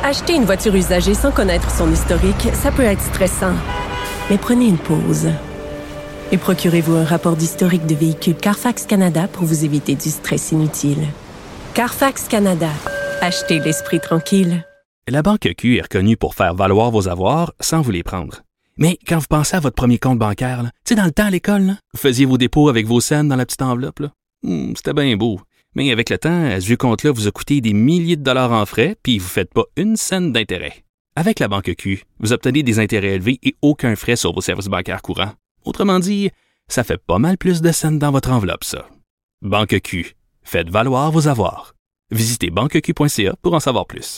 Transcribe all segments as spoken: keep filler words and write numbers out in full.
Acheter une voiture usagée sans connaître son historique, ça peut être stressant. Mais prenez une pause. Et procurez-vous un rapport d'historique de véhicule Carfax Canada pour vous éviter du stress inutile. Carfax Canada. Achetez l'esprit tranquille. La Banque Q est reconnue pour faire valoir vos avoirs sans vous les prendre. Mais quand vous pensez à votre premier compte bancaire, tu sais, dans le temps à l'école, là, vous faisiez vos dépôts avec vos scènes dans la petite enveloppe. Là. Hmm, c'était bien beau. Mais avec le temps, ce vieux compte-là vous a coûté des milliers de dollars en frais, puis vous ne faites pas une scène d'intérêt. Avec la Banque Q, vous obtenez des intérêts élevés et aucun frais sur vos services bancaires courants. Autrement dit, ça fait pas mal plus de scènes dans votre enveloppe, ça. Banque Q. Faites valoir vos avoirs. Visitez banque q point c a pour en savoir plus.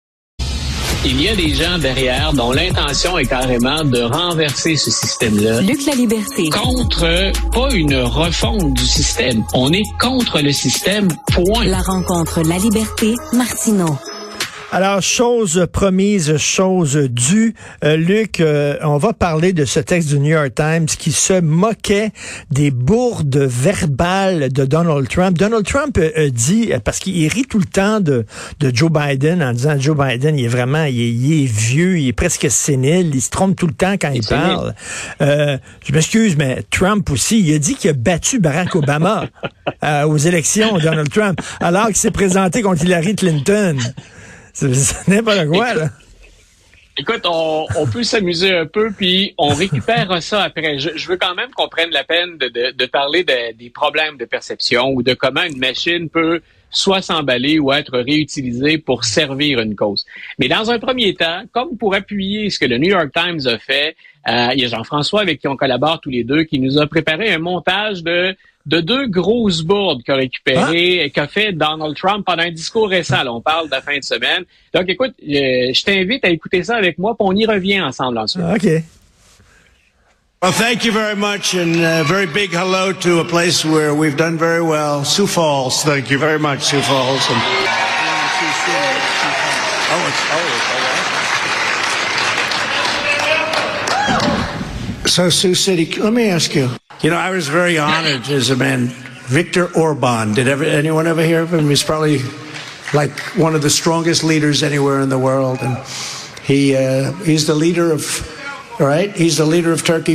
Il y a des gens derrière dont l'intention est carrément de renverser ce système-là. Luc La Liberté. Contre, pas une refonte du système. On est contre le système, point. La rencontre La Liberté, Martineau. Alors, chose promise, chose due. Euh, Luc, euh, on va parler de ce texte du New York Times qui se moquait des bourdes verbales de Donald Trump. Donald Trump euh, dit, parce qu'il rit tout le temps de, de Joe Biden en disant Joe Biden, il est vraiment, il est, il est vieux, il est presque sénile, il se trompe tout le temps quand il, il parle. Euh, je m'excuse, mais Trump aussi, il a dit qu'il a battu Barack Obama euh, aux élections, Donald Trump, alors qu'il s'est présenté contre Hillary Clinton. C'est, c'est n'importe quoi, là. Écoute, on, on peut s'amuser un peu, puis on récupère ça après. Je, je veux quand même qu'on prenne la peine de, de, de parler de, des problèmes de perception ou de comment une machine peut soit s'emballer ou être réutilisée pour servir une cause. Mais dans un premier temps, comme pour appuyer ce que le New York Times a fait, euh, il y a Jean-François avec qui on collabore tous les deux, qui nous a préparé un montage de de deux grosses bourdes qu'a récupéré, ah. qu'a fait Donald Trump pendant un discours récent. Là, on parle de la fin de semaine. Donc, écoute, euh, je t'invite à écouter ça avec moi, puis on y revient ensemble ensuite. OK. Well, thank you very much, and a very big hello to a place where we've done very well, Sioux Falls. Thank you very much, Sioux Falls. And... Oh, it's, oh, it's, so, Sioux City, let me ask you. You know, I was very honored as a man. Viktor Orban, did ever anyone ever hear of him? He's probably like one of the strongest leaders anywhere in the world, and he uh, he's the leader of, right? He's the leader of Turkey.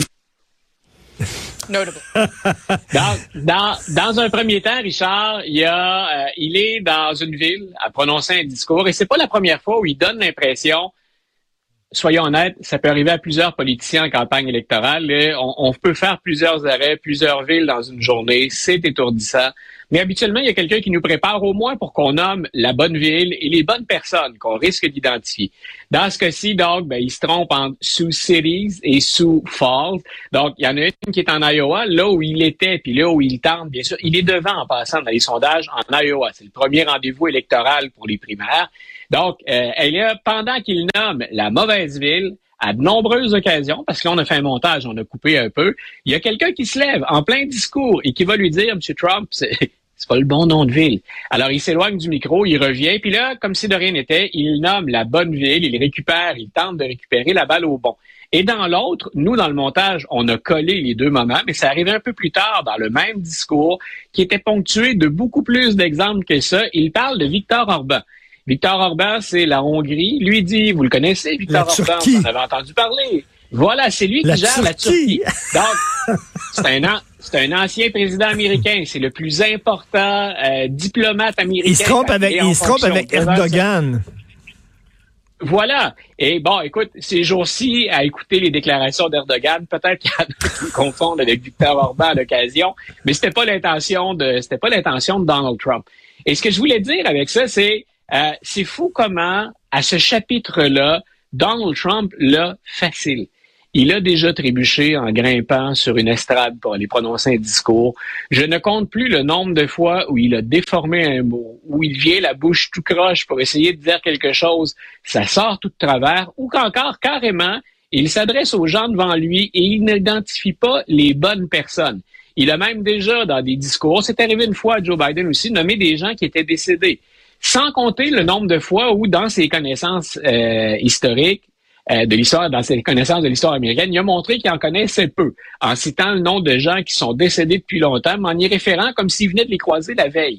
Notable. dans, dans, dans un premier temps, Richard, il, y a, euh, il est dans une ville à prononcer un discours, et c'est pas la première fois où il donne l'impression. Soyons honnêtes, ça peut arriver à plusieurs politiciens en campagne électorale. On, on peut faire plusieurs arrêts, plusieurs villes dans une journée. C'est étourdissant. Mais habituellement, il y a quelqu'un qui nous prépare au moins pour qu'on nomme la bonne ville et les bonnes personnes qu'on risque d'identifier. Dans ce cas-ci, donc, ben, il se trompe entre Sioux Cities et Sioux Falls. Donc, il y en a une qui est en Iowa, là où il était, puis là où il tente, bien sûr. Il est devant en passant dans les sondages en Iowa. C'est le premier rendez-vous électoral pour les primaires. Donc, euh, elle est, pendant qu'il nomme la mauvaise ville, à de nombreuses occasions, parce que là, on a fait un montage, on a coupé un peu, il y a quelqu'un qui se lève en plein discours et qui va lui dire, M. Trump, c'est, c'est pas le bon nom de ville. Alors, il s'éloigne du micro, il revient, puis là, comme si de rien n'était, il nomme la bonne ville, il récupère, il tente de récupérer la balle au bon. Et dans l'autre, nous, dans le montage, on a collé les deux moments, mais ça arrivait un peu plus tard dans le même discours, qui était ponctué de beaucoup plus d'exemples que ça. Il parle de Viktor Orban. Viktor Orban, c'est la Hongrie. Lui dit, vous le connaissez, Viktor Orban, vous en avez entendu parler. Voilà, c'est lui qui la gère Turquie. la Turquie. Donc, c'est un, an, c'est un ancien président américain. C'est le plus important euh, diplomate américain. Il se trompe avec, il se trompe avec Erdogan. Voilà. Et bon, écoute, ces jours-ci, à écouter les déclarations d'Erdogan, peut-être qu'il y a qui me confondent avec Viktor Orban à l'occasion, mais c'était pas l'intention de, c'était pas l'intention de Donald Trump. Et ce que je voulais dire avec ça, c'est Euh, c'est fou comment, à ce chapitre-là, Donald Trump l'a facile. Il a déjà trébuché en grimpant sur une estrade pour aller prononcer un discours. Je ne compte plus le nombre de fois où il a déformé un mot, où il vient la bouche tout croche pour essayer de dire quelque chose, ça sort tout de travers, ou qu'encore, carrément, il s'adresse aux gens devant lui et il n'identifie pas les bonnes personnes. Il a même déjà, dans des discours, c'est arrivé une fois à Joe Biden aussi, nommé des gens qui étaient décédés. Sans compter le nombre de fois où, dans ses connaissances euh, historiques, euh, de l'histoire, dans ses connaissances de l'histoire américaine, il a montré qu'il en connaissait peu, en citant le nom de gens qui sont décédés depuis longtemps, mais en y référant comme s'il venait de les croiser la veille.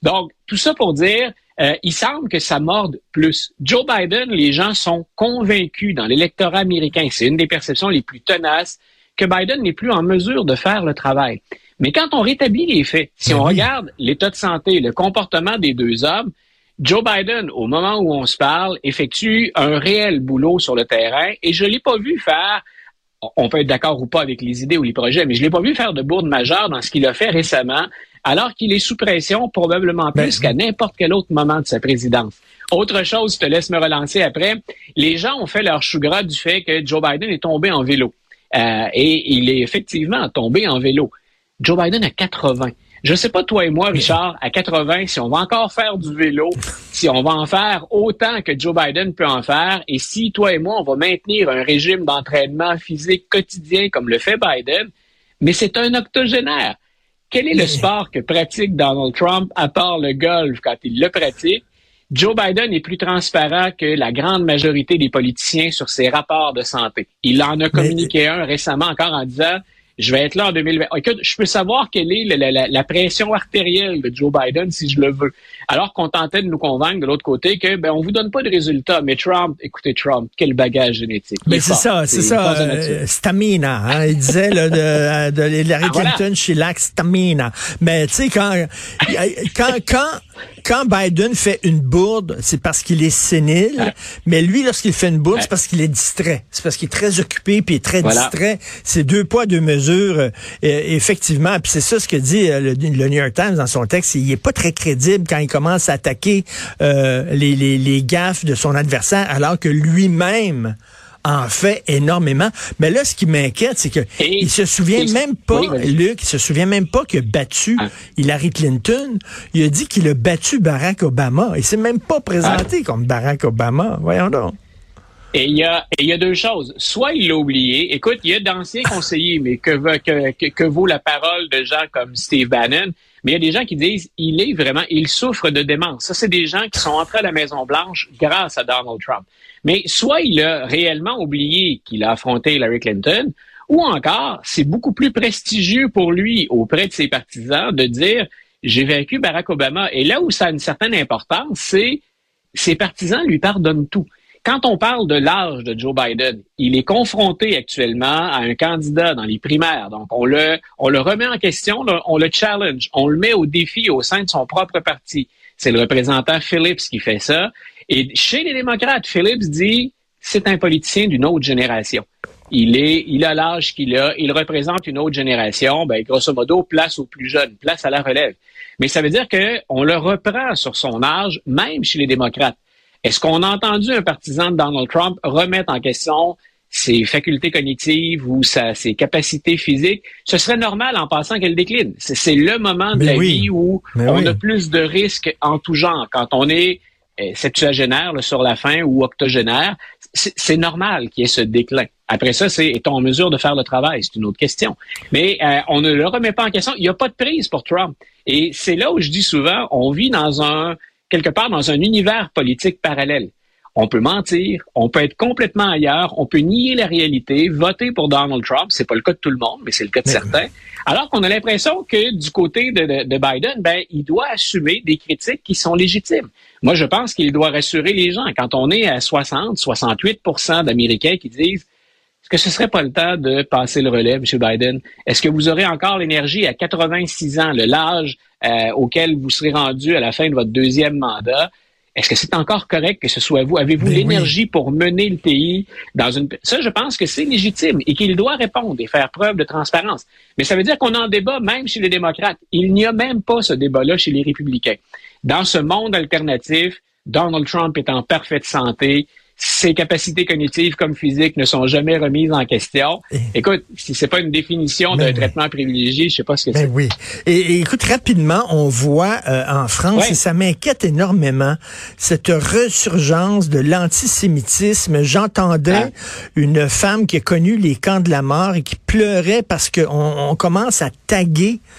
Donc, tout ça pour dire, euh, il semble que ça morde plus. Joe Biden, les gens sont convaincus dans l'électorat américain, c'est une des perceptions les plus tenaces, que Biden n'est plus en mesure de faire le travail. Mais quand on rétablit les faits, si on regarde l'état de santé, le comportement des deux hommes, Joe Biden, au moment où on se parle, effectue un réel boulot sur le terrain et je l'ai pas vu faire, on peut être d'accord ou pas avec les idées ou les projets, mais je l'ai pas vu faire de bourde majeure dans ce qu'il a fait récemment, alors qu'il est sous pression probablement plus ben, qu'à n'importe quel autre moment de sa présidence. Autre chose, je te laisse me relancer après, les gens ont fait leur chou gras du fait que Joe Biden est tombé en vélo. Euh, et il est effectivement tombé en vélo. Joe Biden a quatre-vingts. Je sais pas, toi et moi, Richard, à quatre-vingts, si on va encore faire du vélo, si on va en faire autant que Joe Biden peut en faire, et si toi et moi, on va maintenir un régime d'entraînement physique quotidien comme le fait Biden, mais c'est un octogénaire. Quel est le sport que pratique Donald Trump, à part le golf quand il le pratique? Joe Biden est plus transparent que la grande majorité des politiciens sur ses rapports de santé. Il en a communiqué mais... un récemment encore en disant « Je vais être là en deux mille vingt. » Écoute, je peux savoir quelle est la, la, la pression artérielle de Joe Biden si je le veux. Alors qu'on tentait de nous convaincre de l'autre côté que ben on vous donne pas de résultats. Mais Trump, écoutez Trump, quel bagage génétique. Mais c'est ça, c'est, c'est ça. Euh, stamina, hein, il disait là, de, de, de Hillary ah, Clinton, voilà. She lacks stamina. Mais tu sais quand quand quand Quand Biden fait une bourde, c'est parce qu'il est sénile, ouais. mais lui, lorsqu'il fait une bourde, ouais. c'est parce qu'il est distrait. C'est parce qu'il est très occupé puis il est très voilà. distrait. C'est deux poids, deux mesures, euh, effectivement. Puis c'est ça ce que dit euh, le, le New York Times dans son texte. Il est pas très crédible quand il commence à attaquer euh, les, les, les gaffes de son adversaire, alors que lui-même en fait énormément. Mais là, ce qui m'inquiète, c'est que et, il se souvient et, même pas, oui, Luc, il se souvient même pas qu'il a battu ah. Hillary Clinton. Il a dit qu'il a battu Barack Obama. Il s'est même pas présenté ah. comme Barack Obama. Voyons donc. Et il y a, et il y a deux choses. Soit il l'a oublié. Écoute, il y a d'anciens conseillers, mais que, que, que, que vaut la parole de gens comme Steve Bannon? Mais il y a des gens qui disent, il est vraiment, il souffre de démence. Ça, c'est des gens qui sont entrés à la Maison-Blanche grâce à Donald Trump. Mais soit il a réellement oublié qu'il a affronté Hillary Clinton, ou encore, c'est beaucoup plus prestigieux pour lui auprès de ses partisans de dire, j'ai vaincu Barack Obama. Et là où ça a une certaine importance, c'est ses partisans lui pardonnent tout. Quand on parle de l'âge de Joe Biden, il est confronté actuellement à un candidat dans les primaires. Donc, on le, on le remet en question, on le challenge, on le met au défi au sein de son propre parti. C'est le représentant Phillips qui fait ça. Et chez les démocrates, Phillips dit, c'est un politicien d'une autre génération. Il est, il a l'âge qu'il a, il représente une autre génération. Ben, grosso modo, place aux plus jeunes, place à la relève. Mais ça veut dire qu'on le reprend sur son âge, même chez les démocrates. Est-ce qu'on a entendu un partisan de Donald Trump remettre en question ses facultés cognitives ou sa, ses capacités physiques? Ce serait normal en passant qu'elle décline. C'est, c'est le moment de Mais la oui. vie où Mais on oui. a plus de risques en tout genre. Quand on est euh, septuagénaire là, sur la fin ou octogénaire, c'est, c'est normal qu'il y ait ce déclin. Après ça, c'est est-on en mesure de faire le travail? C'est une autre question. Mais euh, on ne le remet pas en question. Il n'y a pas de prise pour Trump. Et c'est là où je dis souvent, on vit dans un quelque part dans un univers politique parallèle. On peut mentir, on peut être complètement ailleurs, on peut nier la réalité, voter pour Donald Trump, c'est pas le cas de tout le monde, mais c'est le cas de mais certains. Alors qu'on a l'impression que du côté de, de, de Biden, ben, il doit assumer des critiques qui sont légitimes. Moi, je pense qu'il doit rassurer les gens. Quand on est à soixante, soixante-huit pour cent d'Américains qui disent est-ce que ce serait pas le temps de passer le relais, M. Biden? Est-ce que vous aurez encore l'énergie à quatre-vingt-six ans, le l'âge euh, auquel vous serez rendu à la fin de votre deuxième mandat? Est-ce que c'est encore correct que ce soit vous? Avez-vous Mais l'énergie oui. pour mener le pays dans une... Ça, je pense que c'est légitime et qu'il doit répondre et faire preuve de transparence. Mais ça veut dire qu'on en débat même chez les démocrates. Il n'y a même pas ce débat-là chez les républicains. Dans ce monde alternatif, Donald Trump est en parfaite santé. Ses capacités cognitives comme physiques ne sont jamais remises en question. Écoute, si c'est pas une définition d'un oui. traitement privilégié, je sais pas ce que ben c'est. Oui. Et, et écoute, rapidement, on voit euh, en France, ouais. et ça m'inquiète énormément, cette resurgence de l'antisémitisme. J'entendais ah. une femme qui a connu les camps de la mort et qui pleurait parce qu'on on commence à taguer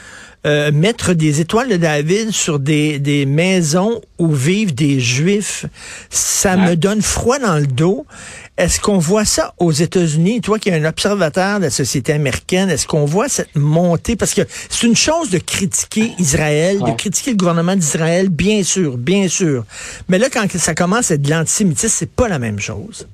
euh, mettre des étoiles de David sur des, des maisons où vivent des Juifs, ça ouais. me donne froid dans le dos. Est-ce qu'on voit ça aux États-Unis? Toi qui es un observateur de la société américaine, est-ce qu'on voit cette montée? Parce que c'est une chose de critiquer Israël, ouais. de critiquer le gouvernement d'Israël, bien sûr, bien sûr. Mais là, quand ça commence à être de l'antisémitisme, c'est pas la même chose.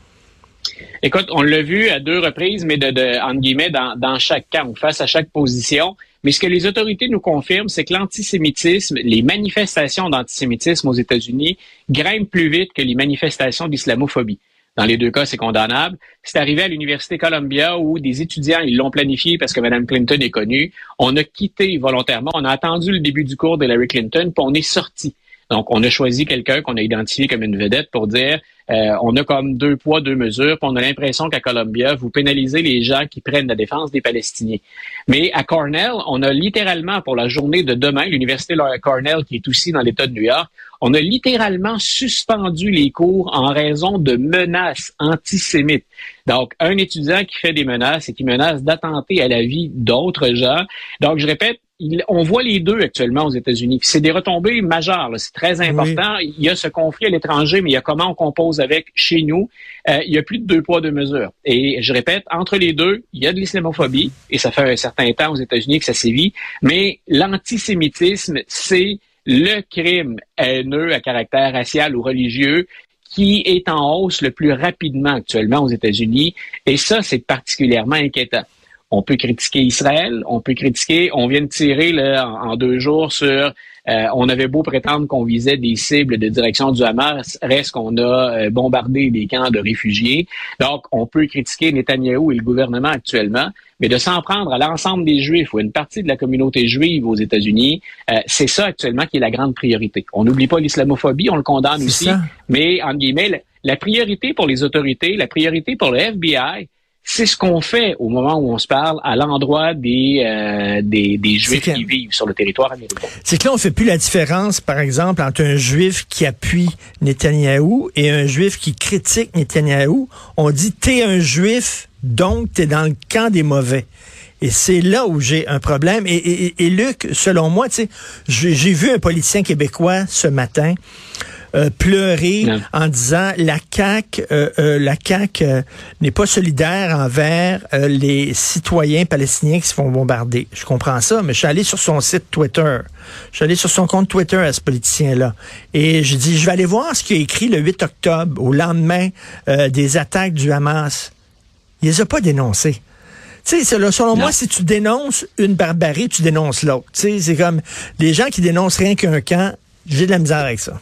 Écoute, on l'a vu à deux reprises, mais de, de entre guillemets, dans, dans chaque camp, face à chaque position. Mais ce que les autorités nous confirment, c'est que l'antisémitisme, les manifestations d'antisémitisme aux États-Unis grimpent plus vite que les manifestations d'islamophobie. Dans les deux cas, c'est condamnable. C'est arrivé à l'Université Columbia où des étudiants, ils l'ont planifié parce que Mme Clinton est connue. On a quitté volontairement, on a attendu le début du cours de Hillary Clinton, puis on est sorti. Donc, on a choisi quelqu'un qu'on a identifié comme une vedette pour dire euh, on a comme deux poids, deux mesures, puis on a l'impression qu'à Columbia, vous pénalisez les gens qui prennent la défense des Palestiniens. Mais à Cornell, on a littéralement, pour la journée de demain, l'Université Cornell, qui est aussi dans l'État de New York, on a littéralement suspendu les cours en raison de menaces antisémites. Donc, un étudiant qui fait des menaces et qui menace d'attenter à la vie d'autres gens. Donc, je répète, Il, on voit les deux actuellement aux États-Unis. C'est des retombées majeures, là. C'est très important. Oui. Il y a ce conflit à l'étranger, mais il y a comment on compose avec chez nous. Euh, il y a plus de deux poids, deux mesures. Et je répète, entre les deux, il y a de l'islamophobie, et ça fait un certain temps aux États-Unis que ça sévit, mais l'antisémitisme, c'est le crime haineux à caractère racial ou religieux qui est en hausse le plus rapidement actuellement aux États-Unis. Et ça, c'est particulièrement inquiétant. On peut critiquer Israël, on peut critiquer, on vient de tirer là, en, en deux jours sur, euh, on avait beau prétendre qu'on visait des cibles de direction du Hamas, reste qu'on a euh, bombardé des camps de réfugiés. Donc, on peut critiquer Netanyahou et le gouvernement actuellement, mais de s'en prendre à l'ensemble des Juifs ou à une partie de la communauté juive aux États-Unis, euh, c'est ça actuellement qui est la grande priorité. On n'oublie pas l'islamophobie, on le condamne c'est aussi, ça. Mais, entre guillemets, la, la priorité pour les autorités, la priorité pour le F B I, c'est ce qu'on fait au moment où on se parle à l'endroit des, euh, des, des Juifs qui vivent sur le territoire américain. C'est que là, on fait plus la différence, par exemple, entre un Juif qui appuie Netanyahou et un Juif qui critique Netanyahou. On dit, t'es un Juif, donc t'es dans le camp des mauvais. Et c'est là où j'ai un problème. Et, et, et Luc, selon moi, tu sais, j'ai vu un politicien québécois ce matin Euh, pleurer non. en disant la C A Q, euh, euh, la C A Q euh, n'est pas solidaire envers euh, les citoyens palestiniens qui se font bombarder. Je comprends ça, mais je suis allé sur son site Twitter. Je suis allé sur son compte Twitter à ce politicien-là. Et je dis, je vais aller voir ce qu'il a écrit le huit octobre, au lendemain euh, des attaques du Hamas. Il les a pas dénoncés. Tu sais, selon non. moi, si tu dénonces une barbarie, tu dénonces l'autre. Tu sais, c'est comme les gens qui dénoncent rien qu'un camp, j'ai de la misère avec ça.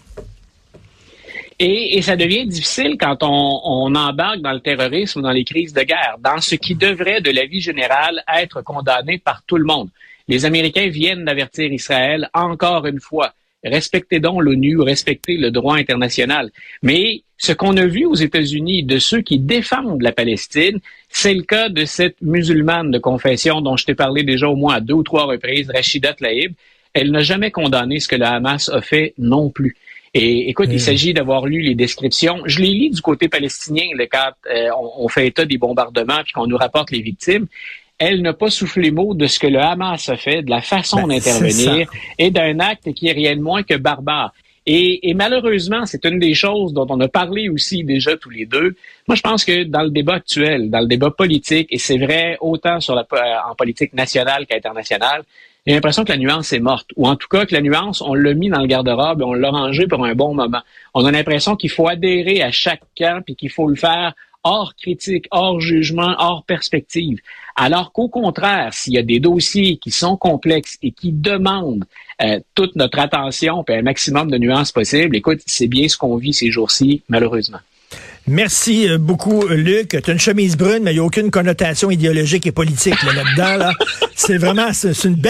Et, et ça devient difficile quand on, on embarque dans le terrorisme ou dans les crises de guerre, dans ce qui devrait, de l'avis général, être condamné par tout le monde. Les Américains viennent d'avertir Israël encore une fois. Respectez donc l'ONU, respectez le droit international. Mais ce qu'on a vu aux États-Unis de ceux qui défendent la Palestine, c'est le cas de cette musulmane de confession dont je t'ai parlé déjà au moins à deux ou trois reprises, Rachida Tlaib. Elle n'a jamais condamné ce que le Hamas a fait non plus. Et écoute, mmh. il s'agit d'avoir lu les descriptions. Je les lis du côté palestinien, là, quand euh, on, on fait état des bombardements puis qu'on nous rapporte les victimes. Elle n'a pas soufflé mot de ce que le Hamas a fait, de la façon ben, d'intervenir et d'un acte qui est rien de moins que barbare. Et, et malheureusement, c'est une des choses dont on a parlé aussi déjà tous les deux. Moi, je pense que dans le débat actuel, dans le débat politique, et c'est vrai autant sur la, en politique nationale qu'internationale, j'ai l'impression que la nuance est morte. Ou en tout cas que la nuance, on l'a mis dans le garde-robe et on l'a rangé pour un bon moment. On a l'impression qu'il faut adhérer à chaque camp et qu'il faut le faire hors critique, hors jugement, hors perspective. Alors qu'au contraire, s'il y a des dossiers qui sont complexes et qui demandent euh, toute notre attention et un maximum de nuances possibles, écoute, c'est bien ce qu'on vit ces jours-ci, malheureusement. Merci beaucoup, Luc. Tu as une chemise brune, mais il n'y a aucune connotation idéologique et politique là, là-dedans. Là. C'est vraiment c'est une belle